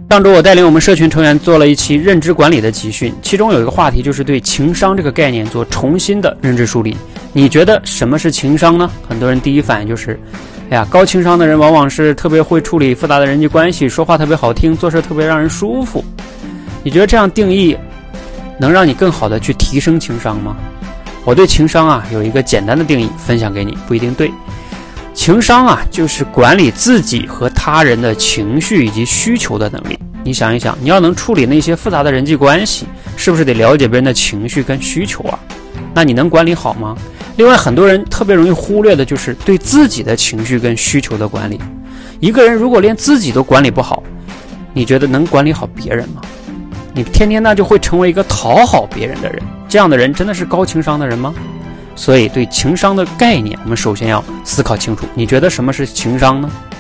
上周我带领我们社群成员做了一期认知管理的集训，其中有一个话题就是对情商这个概念做重新的认知梳理。你觉得什么是情商呢？很多人第一反应就是高情商的人往往是特别会处理复杂的人际关系，说话特别好听，做事特别让人舒服。你觉得这样定义能让你更好的去提升情商吗？我对情商有一个简单的定义分享给你，不一定对。情商就是管理自己和他人的情绪以及需求的能力。你想一想，你要能处理那些复杂的人际关系，是不是得了解别人的情绪跟需求啊？那你能管理好吗？另外，很多人特别容易忽略的就是对自己的情绪跟需求的管理。一个人如果连自己都管理不好，你觉得能管理好别人吗？你天天就会成为一个讨好别人的人，这样的人真的是高情商的人吗？所以对情商的概念，我们首先要思考清楚，你觉得什么是情商呢？